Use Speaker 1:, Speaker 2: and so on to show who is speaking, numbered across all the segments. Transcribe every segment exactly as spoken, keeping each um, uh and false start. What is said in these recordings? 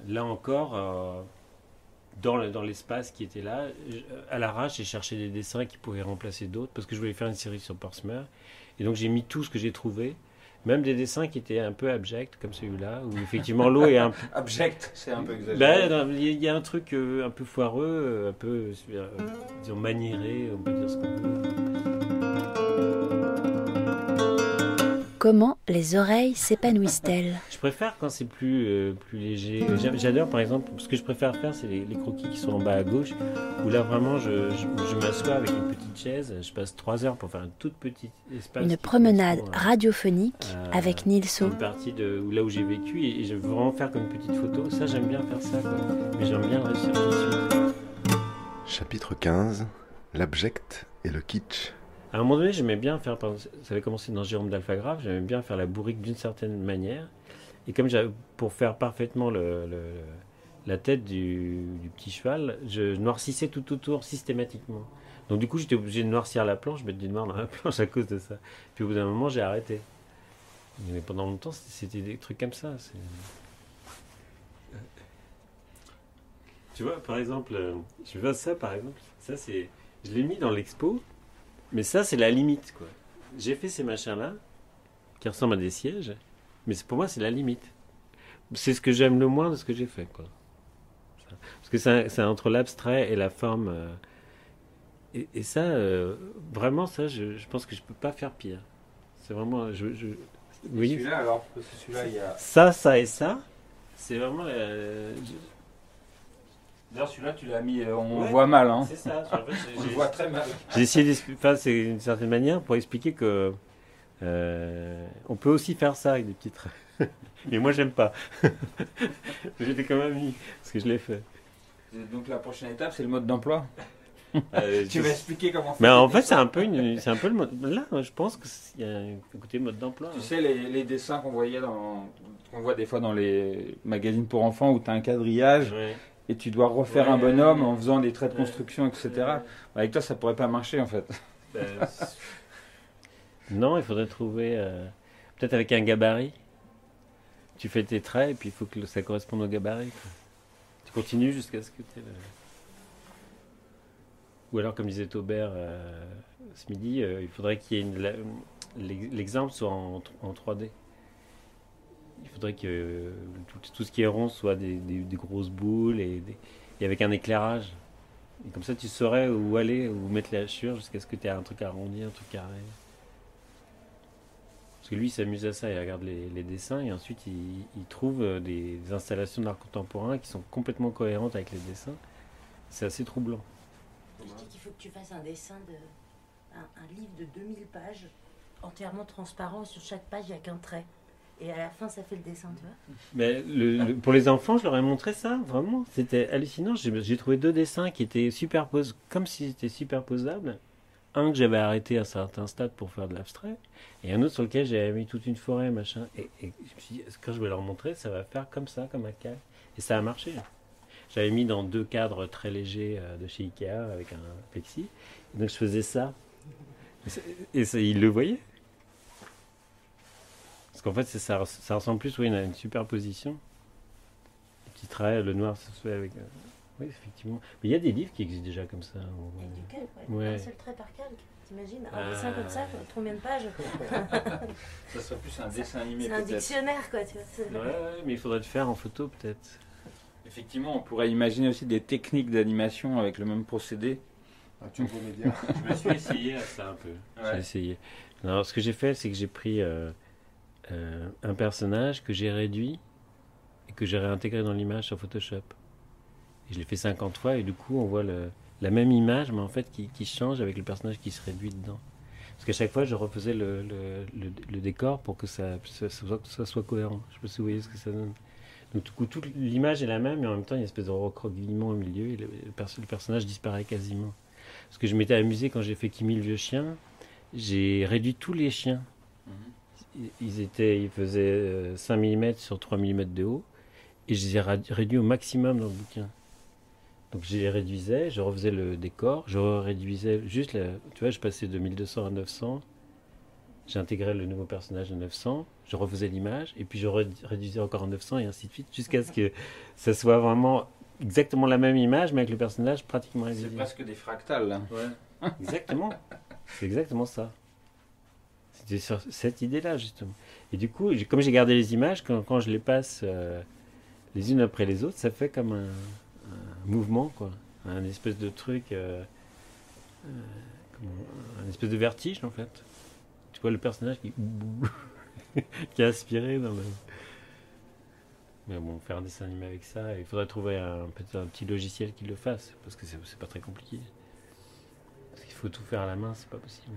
Speaker 1: là encore, euh, dans, le- dans l'espace qui était là, je- à l'arrache, j'ai cherché des dessins qui pouvaient remplacer d'autres, parce que je voulais faire une série sur Portsmouth. Et donc j'ai mis tout ce que j'ai trouvé, même des dessins qui étaient un peu abjects, comme celui-là, où effectivement l'eau est un peu...
Speaker 2: Abject, c'est un peu exagéré.
Speaker 1: Ben, non, il y a- il y a un truc euh, un peu foireux, euh, un peu, euh, disons, maniéré, on peut dire ce qu'on veut.
Speaker 3: Comment les oreilles s'épanouissent-elles?
Speaker 1: Je préfère quand c'est plus, euh, plus léger. J'a- J'adore par exemple, ce que je préfère faire, c'est les, les croquis qui sont en bas à gauche, où là vraiment je, je, je m'assois avec une petite chaise, je passe trois heures pour faire un tout petit espace.
Speaker 3: Une
Speaker 1: qui
Speaker 3: promenade
Speaker 1: correspond à-
Speaker 3: radiophonique
Speaker 1: à-
Speaker 3: avec Nilso.
Speaker 1: Une partie de où- là où j'ai vécu et, et je veux vraiment faire comme une petite photo. Ça, j'aime bien faire ça, quoi. Mais j'aime bien le réussir tout de suite.
Speaker 4: Chapitre quinze. L'abject et le kitsch.
Speaker 1: À un moment donné, j'aimais bien faire, par exemple, ça avait commencé dans Jérôme d'Alphagraphe, j'aimais bien faire la bourrique d'une certaine manière. Et comme j'avais, pour faire parfaitement le, le- le- la tête du, du petit cheval, je noircissais tout autour systématiquement. Donc du coup, j'étais obligé de noircir la planche, mettre du noir dans la planche à cause de ça. Puis au bout d'un moment, j'ai arrêté. Mais pendant longtemps, c'était des trucs comme ça. c'est- Tu vois, par exemple, euh, je vois ça, par exemple, ça c'est, je l'ai mis dans l'expo, mais ça c'est la limite, quoi. J'ai fait ces machins-là, qui ressemblent à des sièges, mais c'est- pour moi c'est la limite. C'est ce que j'aime le moins de ce que j'ai fait, quoi. Ça. Parce que c'est, c'est entre l'abstrait et la forme. euh, et, et ça, euh, vraiment, ça, je, je pense que je peux pas faire pire. C'est vraiment, je, je, vous voyez,
Speaker 2: Celui-là, alors, parce que celui-là, il y a.
Speaker 1: ça, ça et ça, c'est vraiment. la- je-
Speaker 2: D'ailleurs, celui-là, tu l'as mis, euh, on
Speaker 1: Ouais.
Speaker 2: voit mal, hein.
Speaker 1: C'est ça. En fait, j'ai-
Speaker 2: On le
Speaker 1: j'ai-
Speaker 2: voit très mal.
Speaker 1: J'ai essayé d'expliquer, enfin, c'est une certaine manière pour expliquer que euh, on peut aussi faire ça avec des petits traits. Mais moi, j'aime pas. J'étais quand même mis parce que je l'ai fait.
Speaker 2: Et donc, la prochaine étape, c'est le mode d'emploi.
Speaker 1: Euh,
Speaker 2: Tu
Speaker 1: je-
Speaker 2: vas expliquer comment faire.
Speaker 1: Mais en
Speaker 2: des
Speaker 1: fait,
Speaker 2: dessins.
Speaker 1: c'est un peu une, c'est un peu le mode. Là, je pense qu'il y a un côté mode d'emploi.
Speaker 2: Tu
Speaker 1: hein.
Speaker 2: sais, les, les dessins qu'on voyait dans. Qu'on voit des fois dans les magazines pour enfants où tu as un quadrillage
Speaker 1: Ouais.
Speaker 2: et tu dois refaire
Speaker 1: Ouais,
Speaker 2: un bonhomme
Speaker 1: ouais,
Speaker 2: en faisant des traits de
Speaker 1: ouais,
Speaker 2: construction, et cetera.
Speaker 1: ouais.
Speaker 2: Avec toi, ça pourrait pas marcher en fait.
Speaker 1: Ben, c'est- non, il faudrait trouver euh, peut-être avec un gabarit. Tu fais tes traits et puis il faut que ça corresponde au gabarit, quoi. Tu continues jusqu'à ce que tu aies le... Ou alors, comme disait Taubert euh, ce midi, euh, il faudrait qu'il y ait une, la- l'ex- l'exemple soit en, en trois D. Il faudrait que euh, tout, tout ce qui est rond soit des, des- des grosses boules et, des- et avec un éclairage. Et comme ça, tu saurais où aller, où mettre les hachures jusqu'à ce que tu aies un truc arrondi, un truc carré. Parce que lui, il s'amuse à ça, il regarde les, les dessins et ensuite il, il trouve euh, des, des installations d'art contemporain qui sont complètement cohérentes avec les dessins. C'est assez troublant.
Speaker 5: Je dis qu'il faut que tu fasses un dessin de. Un, un livre de deux mille pages, entièrement transparent, et sur chaque page, il n'y a qu'un trait. Et à la fin, ça fait le dessin, tu vois.
Speaker 1: Mais le- le- pour les enfants, je leur ai montré ça, vraiment. C'était hallucinant. J'ai j'ai trouvé deux dessins qui étaient superposés, comme s'ils étaient superposables. Un que j'avais arrêté à un certain stade pour faire de l'abstrait, et un autre sur lequel j'avais mis toute une forêt, machin. Et, et je me suis dit, quand je vais leur montrer, ça va faire comme ça, comme un calque. Et ça a marché. J'avais mis dans deux cadres très légers euh, de chez Ikea avec un plexi. Et donc je faisais ça. Et, c'est- et ça, ils le voyaient. Parce qu'en fait, c'est ça, ça ressemble plus oui, à une superposition. Les petits traits, le noir se fait avec. euh, Oui, effectivement. Mais il y a des livres qui existent déjà comme ça. on-
Speaker 5: Et du calque, ouais.
Speaker 1: Ouais.
Speaker 5: Un seul trait par calque. T'imagines un
Speaker 1: Ah.
Speaker 5: dessin comme ça, combien de pages?
Speaker 2: Ça serait plus un dessin animé
Speaker 5: C'est un
Speaker 2: peut-être.
Speaker 5: dictionnaire, quoi, tu vois. c'est-
Speaker 1: Ouais, ouais, mais il faudrait le faire en photo peut-être.
Speaker 2: Effectivement, on pourrait imaginer aussi des techniques d'animation avec le même procédé.
Speaker 4: Ah, tu me média.
Speaker 1: Je me suis essayé à ça un peu.
Speaker 2: Ouais.
Speaker 1: J'ai essayé. Alors, ce que j'ai fait, c'est que j'ai pris euh, euh, un personnage que j'ai réduit et que j'ai réintégré dans l'image sur Photoshop. Et je l'ai fait cinquante fois et du coup, on voit le, la même image, mais en fait qui, qui change avec le personnage qui se réduit dedans. Parce qu'à chaque fois, je refaisais le, le, le, le décor pour que ça, ça, soit, ça soit cohérent. Je ne sais pas si vous voyez ce que ça donne. Donc, du coup, toute l'image est la même, mais en même temps, il y a une espèce de recroquevillement au milieu et le, le perso- le personnage disparaît quasiment. Parce que je m'étais amusé quand j'ai fait Kimi le vieux chien, j'ai réduit tous les chiens. Ils- Ils, étaient, ils faisaient euh, cinq millimètres sur trois millimètres de haut, et je les ai ra- réduits au maximum dans le bouquin. Donc je les réduisais, je refaisais le décor, je réduisais juste, la, tu vois, je passais de mille deux cents à neuf cents, J'ai intégré le nouveau personnage de neuf cents, je refaisais l'image, et puis je ré- réduisais encore en neuf cents, et ainsi de suite, jusqu'à ce que ça soit vraiment exactement la même image, mais avec le personnage pratiquement
Speaker 2: C'est
Speaker 1: invisible.
Speaker 2: presque des fractales, là.
Speaker 1: Ouais. Exactement. C'est exactement ça. C'était sur cette idée-là, justement. Et du coup, j'ai- comme j'ai gardé les images, quand, quand je les passe euh, les unes après les autres, ça fait comme un, un mouvement, quoi. Un espèce de truc, euh, euh, comment- un espèce de vertige, en fait. Tu vois le personnage qui, qui est aspiré dans le... Mais bon, faire un dessin animé avec ça, il faudrait trouver un, peut-être un petit logiciel qui le fasse, parce que c'est, c'est pas très compliqué. Parce qu'il faut tout faire à la main, c'est pas possible.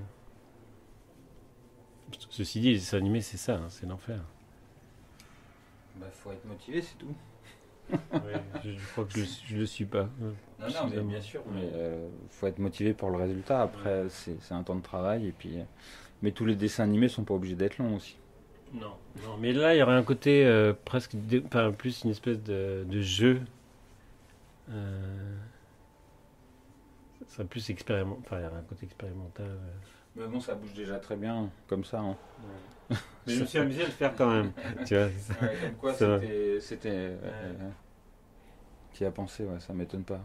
Speaker 1: Ceci dit, les dessins animés, c'est ça, hein, c'est l'enfer.
Speaker 2: Bah, faut être motivé, c'est tout.
Speaker 1: Ouais, je, je crois que je, je le suis pas.
Speaker 2: Non, non, mais
Speaker 1: Suffisamment.
Speaker 2: bien sûr, mais euh, faut être motivé pour le résultat. Après, c'est c'est un temps de travail, et puis... euh, Mais tous les dessins animés sont pas obligés d'être longs aussi.
Speaker 1: Non, non, mais là, il y aurait un côté euh, presque, dé- enfin, plus une espèce de, de jeu. Euh, ça serait plus expérimental. Enfin, il y aurait un côté expérimental. euh.
Speaker 2: Mais bon, ça bouge déjà très bien, comme ça. Hein.
Speaker 1: Mais je me suis amusé à le faire quand même. Tu vois, c'est ça.
Speaker 2: Ouais, comme quoi,
Speaker 1: Ça va.
Speaker 2: c'était... c'était euh, euh, qui a pensé, ouais, ça m'étonne pas.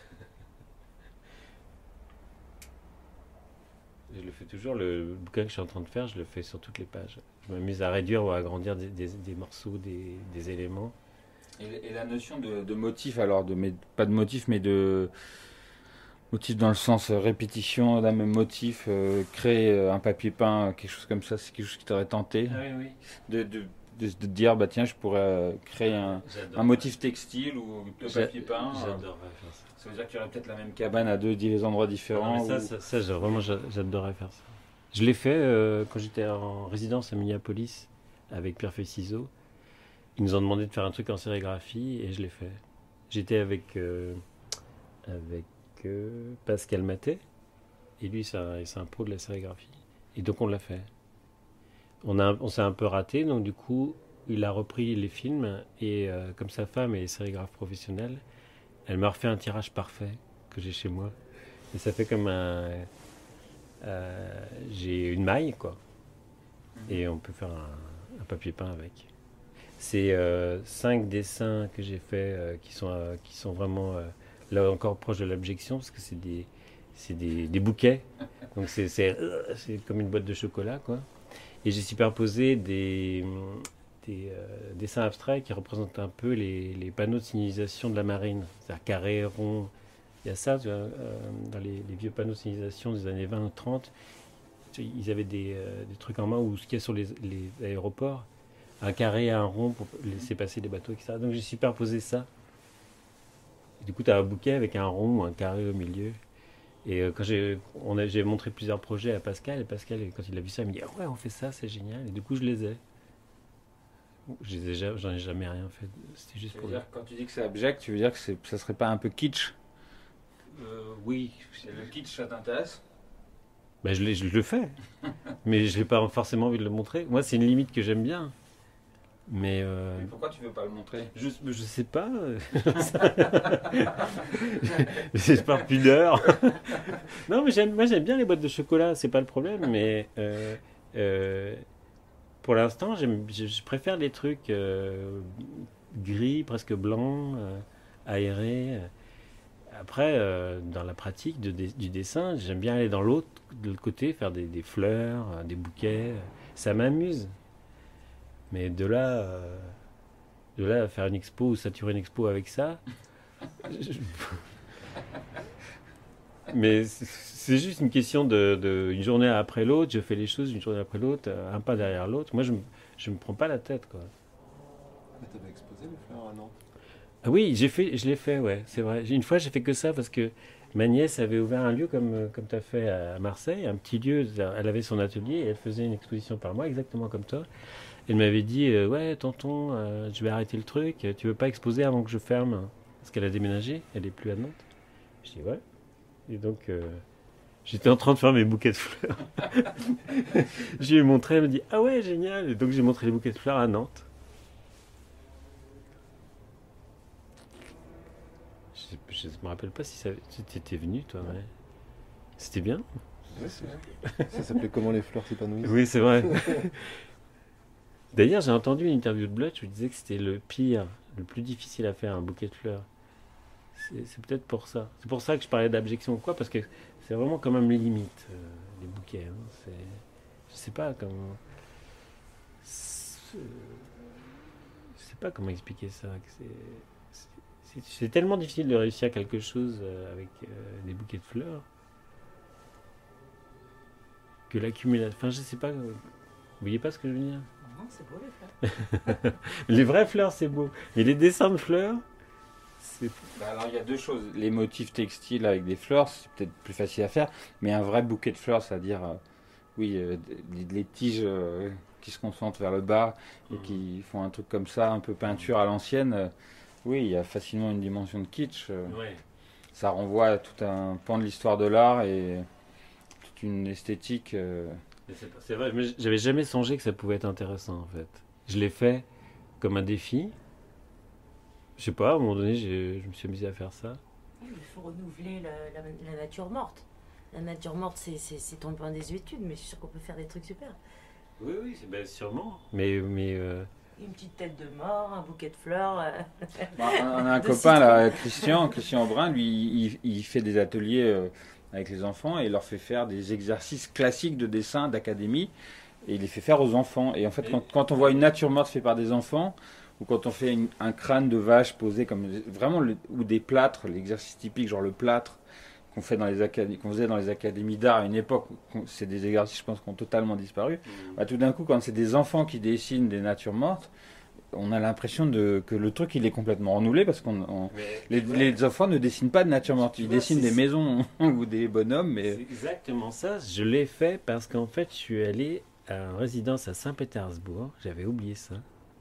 Speaker 1: Je le fais toujours, le bouquin que je suis en train de faire, je le fais sur toutes les pages. Je m'amuse à réduire ou à agrandir des, des- des morceaux, des, des éléments.
Speaker 2: Et, et la notion de, de motif, alors, de, mais, pas de motif, mais de motif dans le sens euh, répétition d'un même motif, euh, créer euh, un papier peint, quelque chose comme ça, c'est quelque chose qui t'aurait tenté
Speaker 1: oui, oui.
Speaker 2: de, de, de, de dire, bah tiens, je pourrais euh, créer un,
Speaker 1: J'adore.
Speaker 2: un motif textile ou de
Speaker 1: J'a-
Speaker 2: papier peint. euh,
Speaker 1: J'adorerais faire ça.
Speaker 2: Ça veut dire qu'il y aurait peut-être la même cabane à deux des endroits différents.
Speaker 1: Non, mais ça,
Speaker 2: ou-
Speaker 1: ça, ça, j'ai- vraiment, j'a- j'adorerais faire ça. Je l'ai fait euh, quand j'étais en résidence à Minneapolis avec Pierre Feuille-Ciseaux. Ils nous ont demandé de faire un truc en sérigraphie et je l'ai fait. J'étais avec, euh, avec euh, Pascal Matet et lui, c'est un, c'est un pro de la sérigraphie. Et donc, on l'a fait. On, a, on s'est un peu raté, donc du coup, il a repris les films et euh, comme sa femme est sérigraphe professionnelle, elle m'a refait un tirage parfait que j'ai chez moi. Et ça fait comme un... euh, j'ai une maille, quoi. Et on peut faire un, un papier peint avec. C'est euh, cinq dessins que j'ai faits euh, qui, sont, euh, qui sont vraiment, euh, là encore, proches de l'abjection, parce que c'est des, c'est des, des bouquets. Donc c'est, c'est, euh, c'est comme une boîte de chocolat, quoi. Et j'ai superposé des, des euh, dessins abstraits qui représentent un peu les, les panneaux de signalisation de la marine. C'est-à-dire carré, rond. Il y a ça, tu vois, euh, dans les, les vieux panneaux de signalisation des années vingt ou trente. tu sais, Ils avaient des, euh, des trucs en main, ou ce qu'il y a sur les, les aéroports, un carré et un rond pour laisser passer les bateaux, et cetera. Donc j'ai superposé ça. Et du coup, tu as un bouquet avec un rond ou un carré au milieu. Et euh, quand j'ai, on a, j'ai montré plusieurs projets à Pascal, et Pascal, quand il a vu ça, il me dit ah ouais, on fait ça, c'est génial. Et du coup, je les ai. Je les ai ja- j'en ai jamais rien fait. C'était juste
Speaker 2: Ça
Speaker 1: pour
Speaker 2: veut
Speaker 1: le.
Speaker 2: dire, quand tu dis que c'est abject, tu veux dire que c'est, ça serait pas un peu kitsch?
Speaker 1: Euh, oui,
Speaker 2: Et le kitsch, ça t'intéresse?
Speaker 1: ben, je, l'ai- je le fais, mais je n'ai pas forcément envie de le montrer. Moi, c'est une limite que j'aime bien. Mais euh,
Speaker 2: Mais pourquoi tu veux pas le montrer?
Speaker 1: je, je sais pas. euh, C'est par pudeur. Non, mais j'aime, moi j'aime bien les boîtes de chocolat, c'est pas le problème. Mais euh, euh, pour l'instant, j'aime, je, je préfère les trucs euh, gris, presque blancs, euh, aérés. Après, euh, dans la pratique de, dé- du dessin, j'aime bien aller dans l'autre, de l'autre côté, faire des, des fleurs, euh, des bouquets. Ça m'amuse. Mais de là, euh, de là à faire une expo ou saturer une expo avec ça, je- mais c'est c'est juste une question de, de une journée après l'autre. Je fais les choses une journée après l'autre, un pas derrière l'autre. Moi, je me, je me prends pas la tête, quoi.
Speaker 6: Mais t'avais exposé les fleurs à Nantes.
Speaker 1: Ah oui, j'ai fait, je l'ai fait, ouais, c'est vrai. Une fois, j'ai fait que ça parce que ma nièce avait ouvert un lieu comme, euh, comme tu as fait à Marseille, un petit lieu. Elle avait son atelier et elle faisait une exposition par mois, exactement comme toi. Elle m'avait dit euh, ouais, tonton, euh, je vais arrêter le truc. Tu veux pas exposer avant que je ferme? Parce qu'elle a déménagé, elle est plus à Nantes. Je dis ouais. Et donc, euh, j'étais en train de faire mes bouquets de fleurs. Je lui ai montré, elle me dit ah ouais, génial. Et donc, j'ai montré les bouquets de fleurs à Nantes. Je ne me rappelle pas si ça, si t'étais venu, toi. Ouais. C'était bien.
Speaker 6: Ouais, c'est vrai. Ça s'appelait Comment les fleurs s'épanouissent.
Speaker 1: Oui, c'est vrai. D'ailleurs, j'ai entendu une interview de Blutch où il disait que c'était le pire, le plus difficile à faire, un bouquet de fleurs. C'est, c'est peut-être pour ça. C'est pour ça que je parlais d'abjection ou quoi, parce que c'est vraiment quand même limite, euh, les bouquets. Hein. C'est, je sais pas comment... C'est, je sais pas comment expliquer ça. Que c'est, c'est, c'est, c'est tellement difficile de réussir quelque chose euh, avec euh, des bouquets de fleurs que l'accumulation... Enfin, je sais pas... Vous voyez pas ce que je veux dire?
Speaker 5: Non, c'est beau les fleurs.
Speaker 1: Les vraies fleurs, c'est beau. Mais les dessins de fleurs, c'est...
Speaker 2: Bah alors il y a deux choses. Les motifs textiles avec des fleurs, c'est peut-être plus facile à faire, mais un vrai bouquet de fleurs, c'est-à-dire, euh, oui, euh, les, les tiges euh, qui se concentrent vers le bas et qui font un truc comme ça, un peu peinture à l'ancienne, euh, oui, il y a facilement une dimension de kitsch. euh,
Speaker 1: Ouais.
Speaker 2: Ça renvoie à tout un pan de l'histoire de l'art et toute une esthétique. euh,
Speaker 1: Mais C'est, pas- c'est vrai, mais j'avais jamais songé que ça pouvait être intéressant, en fait. Je l'ai fait comme un défi. Je sais pas, à un moment donné, j'ai- je me suis amusé à faire ça.
Speaker 5: Oui, il faut renouveler la, la- la nature morte. La nature morte, c'est, c'est, c'est ton point des études, mais je suis sûr qu'on peut faire des trucs super.
Speaker 1: Oui, oui, c'est ben, sûrement. Mais, mais euh,
Speaker 5: Une petite tête de mort, un bouquet de fleurs. euh,
Speaker 2: Bon, on a un
Speaker 5: De
Speaker 2: copain
Speaker 5: citron.
Speaker 2: là, Christian, Christian Brun, lui, il, il fait des ateliers euh, avec les enfants et il leur fait faire des exercices classiques de dessin d'académie et il les fait faire aux enfants. Et en fait, quand, quand on voit une nature morte faite par des enfants ou quand on fait une- un crâne de vache posé comme vraiment le- ou des plâtres, l'exercice typique genre le plâtre qu'on fait dans les académies, qu'on faisait dans les académies d'art à une époque, où c'est des exercices, je pense, qui ont totalement disparu. Bah, tout d'un coup, quand c'est des enfants qui dessinent des natures mortes, on a l'impression de, que le truc il est complètement renouvelé parce qu'on on- les, les enfants ne dessinent pas de nature morte,
Speaker 1: Tu
Speaker 2: ils
Speaker 1: vois,
Speaker 2: dessinent
Speaker 1: c'est-
Speaker 2: des maisons ou des bonhommes,
Speaker 1: c'est
Speaker 2: mais
Speaker 1: exactement ça. Je l'ai fait parce qu'en fait, je suis allé en résidence à Saint-Pétersbourg. J'avais oublié ça.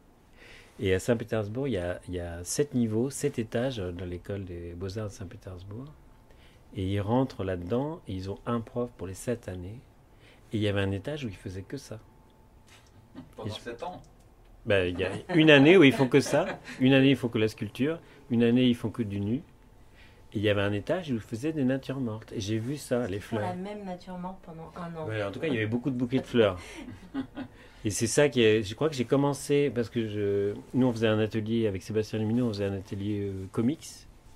Speaker 1: Et à Saint-Pétersbourg, il y a, il y a sept niveaux, sept étages euh, dans l'école des beaux-arts de Saint-Pétersbourg. Et ils rentrent là-dedans et ils ont un prof pour les sept années. Et il y avait un étage où ils faisaient que ça.
Speaker 2: pendant
Speaker 1: je-
Speaker 2: sept ans.
Speaker 1: Ben, il y a une année où ils font que ça, une année ils font que la sculpture, une année ils font que du nu. Et il y avait un étage où ils faisaient des natures mortes. Et j'ai vu ça, les
Speaker 5: Ils font
Speaker 1: fleurs.
Speaker 5: la même nature morte pendant un an.
Speaker 1: Ouais, en tout cas, il y avait beaucoup de bouquets de fleurs. Et c'est ça qui est. Je crois que j'ai commencé parce que je. Nous, on faisait un atelier avec Sébastien Lumineux, on faisait un atelier euh, comics.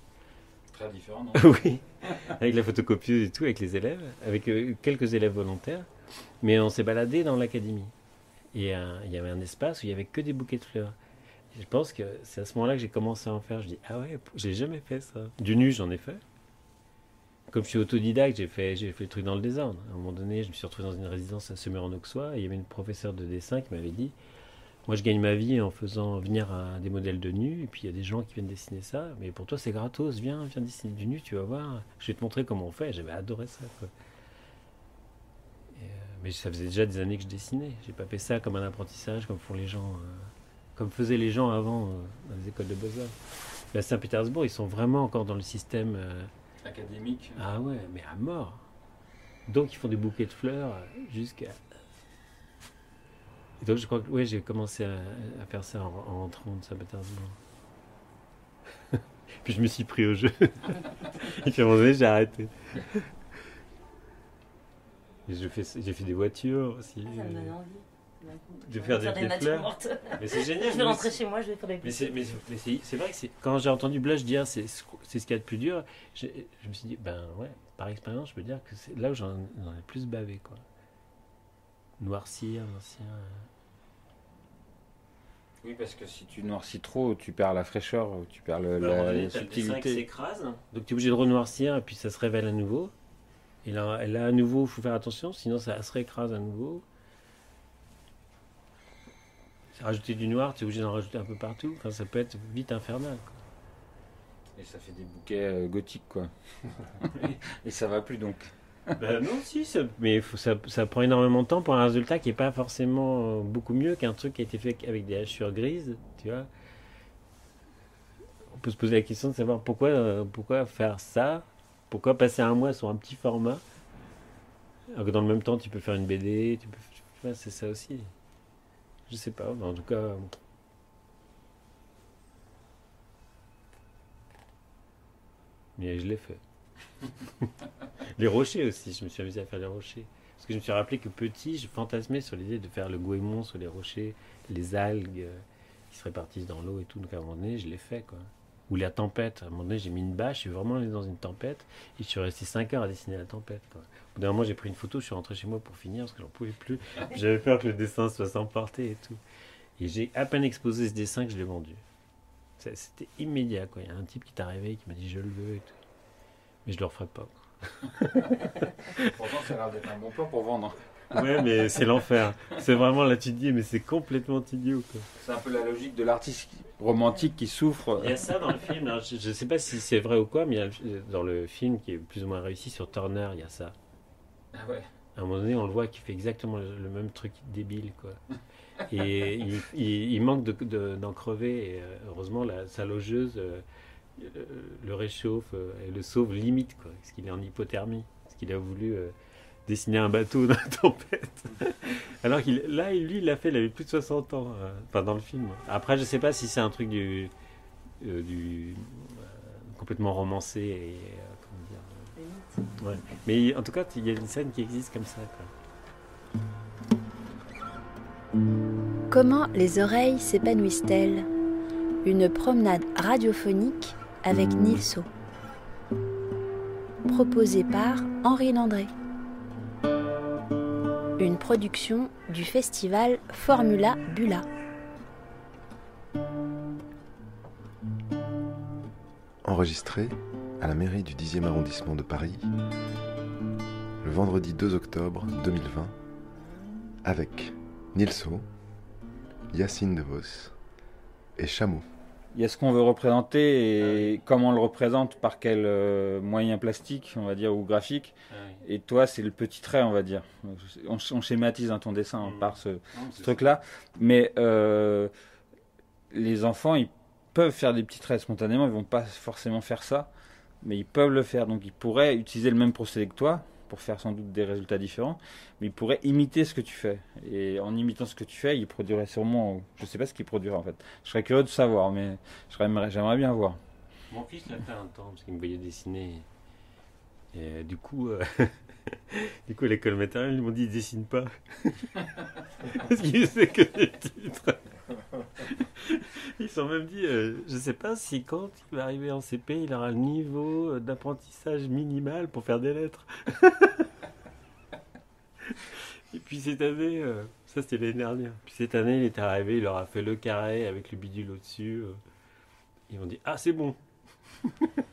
Speaker 2: Très différent, non
Speaker 1: Oui, avec la photocopieuse et tout, avec les élèves, avec euh, quelques élèves volontaires. Mais on s'est baladé dans l'académie. Et euh, il y avait un espace où il y avait que des bouquets de fleurs. Et je pense que c'est à ce moment-là que j'ai commencé à en faire. Je dis, ah ouais, j'ai jamais fait ça. Du nu, j'en ai fait. Comme je suis autodidacte, j'ai fait, j'ai fait le truc dans le désordre. À un moment donné, je me suis retrouvé dans une résidence à Semur-en-Auxois et il y avait une professeure de dessin qui m'avait dit, moi je gagne ma vie en faisant venir à des modèles de nu et puis il y a des gens qui viennent dessiner ça, mais pour toi c'est gratos, viens, viens dessiner du nu, tu vas voir, je vais te montrer comment on fait. J'avais adoré ça, quoi. Et, euh, mais ça faisait déjà des années que je dessinais. J'ai pas fait ça comme un apprentissage, comme font les gens, euh, comme faisaient les gens avant euh, dans les écoles de beaux-arts. Mais à Saint-Pétersbourg, ils sont vraiment encore dans le système. euh,
Speaker 2: Académique.
Speaker 1: ah ouais, mais à mort. Donc ils font des bouquets de fleurs jusqu'à. Et donc je crois que oui, j'ai commencé à, à faire ça en, en rentrant de Saint-Pétersbourg. Puis je me suis pris au jeu. Et puis à un moment donné, j'ai arrêté. Et je fais, j'ai fait des voitures aussi.
Speaker 5: Ça me donne envie. d'un coup.
Speaker 1: De
Speaker 5: Je vais
Speaker 1: faire des- des
Speaker 5: natures
Speaker 1: fleurs.
Speaker 5: mortes.
Speaker 1: Mais c'est génial.
Speaker 5: Je vais
Speaker 1: mais
Speaker 5: rentrer
Speaker 1: c'est-
Speaker 5: chez moi, je vais faire des
Speaker 1: Mais
Speaker 5: petits.
Speaker 1: c'est, mais c'est, mais c'est, c'est vrai que c'est, quand j'ai entendu Blush dire c'est, c'est ce qu'il y a de plus dur, j'ai- je me suis dit, ben ouais, par expérience, je peux dire que c'est là où j'en, j'en ai le plus bavé, quoi. Noircir, noircir. euh.
Speaker 2: Oui, parce que si tu noircis trop, tu perds la fraîcheur, tu perds le-
Speaker 1: Ben, à un moment
Speaker 2: la,
Speaker 1: donné,
Speaker 2: la
Speaker 1: t'as le dessin qui
Speaker 2: subtilité.
Speaker 1: s'écrase, donc tu es obligé de renoircir et puis ça se révèle à nouveau. Et là, et là à nouveau, il faut faire attention, sinon ça se réécrase à nouveau. Rajouter du noir, tu es obligé d'en rajouter un peu partout. Enfin, ça peut être vite infernal, quoi.
Speaker 2: Et ça fait des bouquets euh, gothiques, quoi. Et ça va plus donc.
Speaker 1: Ben non, si, ça- mais faut- ça, ça prend énormément de temps pour un résultat qui n'est pas forcément euh, beaucoup mieux qu'un truc qui a été fait avec des hachures grises, tu vois. On peut se poser la question de savoir pourquoi, euh, pourquoi faire ça, pourquoi passer un mois sur un petit format, alors que dans le même temps tu peux faire une B D, tu peux, tu vois, c'est ça aussi. Je sais pas, mais en tout cas. Mais je l'ai fait. Les rochers aussi, je me suis amusé à faire les rochers. Parce que je me suis rappelé que petit, je fantasmais sur l'idée de faire le goémon sur les rochers, les algues euh, qui se répartissent dans l'eau et tout. Donc à un moment donné, je l'ai fait, quoi. Ou la tempête. À un moment donné, j'ai mis une bâche, je suis vraiment allé dans une tempête. Et je suis resté cinq heures à dessiner la tempête, quoi. Au bout d'un moment, j'ai pris une photo, je suis rentré chez moi pour finir parce que j'en pouvais plus. J'avais peur que le dessin soit emporté et tout. Et j'ai à peine exposé ce dessin que je l'ai vendu. Ça, c'était immédiat, quoi. Il y a un type qui est arrivé qui m'a dit je le veux et tout. Mais je le referai pas, quoi.
Speaker 2: Pourtant, ça a l'air d'être un bon plan pour vendre.
Speaker 1: Ouais, mais c'est l'enfer. C'est vraiment là, tu te dis, mais c'est complètement idiot, quoi.
Speaker 2: C'est un peu la logique de l'artiste romantique qui souffre.
Speaker 1: Il y a ça dans le film. Alors, je ne sais pas si c'est vrai ou quoi, mais il y a, dans le film qui est plus ou moins réussi sur Turner, il y a ça.
Speaker 2: Ah ouais.
Speaker 1: À un moment donné, on le voit qui fait exactement le, le même truc débile, quoi. Et il, il, il manque de, de, d'en crever. Et euh, heureusement, la, sa logeuse euh, le, le réchauffe euh, et le sauve limite, quoi. Parce qu'il est en hypothermie. Parce qu'il a voulu euh, dessiner un bateau dans la tempête. Alors qu'il, là, lui, il l'a fait, il avait plus de soixante ans. Euh, enfin, dans le film. Après, je sais pas si c'est un truc du, euh, du euh, complètement romancé et euh, comment dire. Ouais. Mais en tout cas, il y a une scène qui existe comme ça, quoi.
Speaker 3: Comment les oreilles s'épanouissent-elles? Une promenade radiophonique avec Nilso. Proposée par Henri Landré. Une production du festival Formula Bula.
Speaker 4: Enregistré à la mairie du dixième arrondissement de Paris, le vendredi deux octobre deux mille vingt, avec Nilso, Yacine DeVos et Chameau.
Speaker 2: Il y a ce qu'on veut représenter et comment on le représente, par quel euh, moyen plastique, on va dire, ou graphique.
Speaker 1: Ah oui.
Speaker 2: Et toi, c'est le petit trait, on va dire. On, on schématise dans ton dessin hein,
Speaker 1: Mmh.
Speaker 2: par ce,
Speaker 1: Non,
Speaker 2: ce
Speaker 1: c'est
Speaker 2: truc-là. Mais euh, les enfants, ils peuvent faire des petits traits spontanément. Ils vont pas forcément faire ça, mais ils peuvent le faire. Donc, ils pourraient utiliser le même procédé que toi pour faire sans doute des résultats différents, mais ils pourraient imiter ce que tu fais. Et en imitant ce que tu fais, ils produiraient sûrement... Je sais pas ce qu'ils produiraient en fait. Je serais curieux de savoir, mais j'aimerais, j'aimerais bien voir.
Speaker 1: Mon fils l'a fait un temps parce qu'il me voyait dessiner. Et euh, du coup, euh, du coup, à l'école maternelle, ils m'ont dit dessine pas. Parce qu'ils sait que des titres. Ils se sont même dit, euh, je sais pas si quand il va arriver en C P, il aura le niveau d'apprentissage minimal pour faire des lettres. Et puis cette année, euh, ça c'était l'année dernière. Puis cette année, il est arrivé, il leur a fait le carré avec le bidule au-dessus. euh. Ils m'ont dit, ah c'est bon.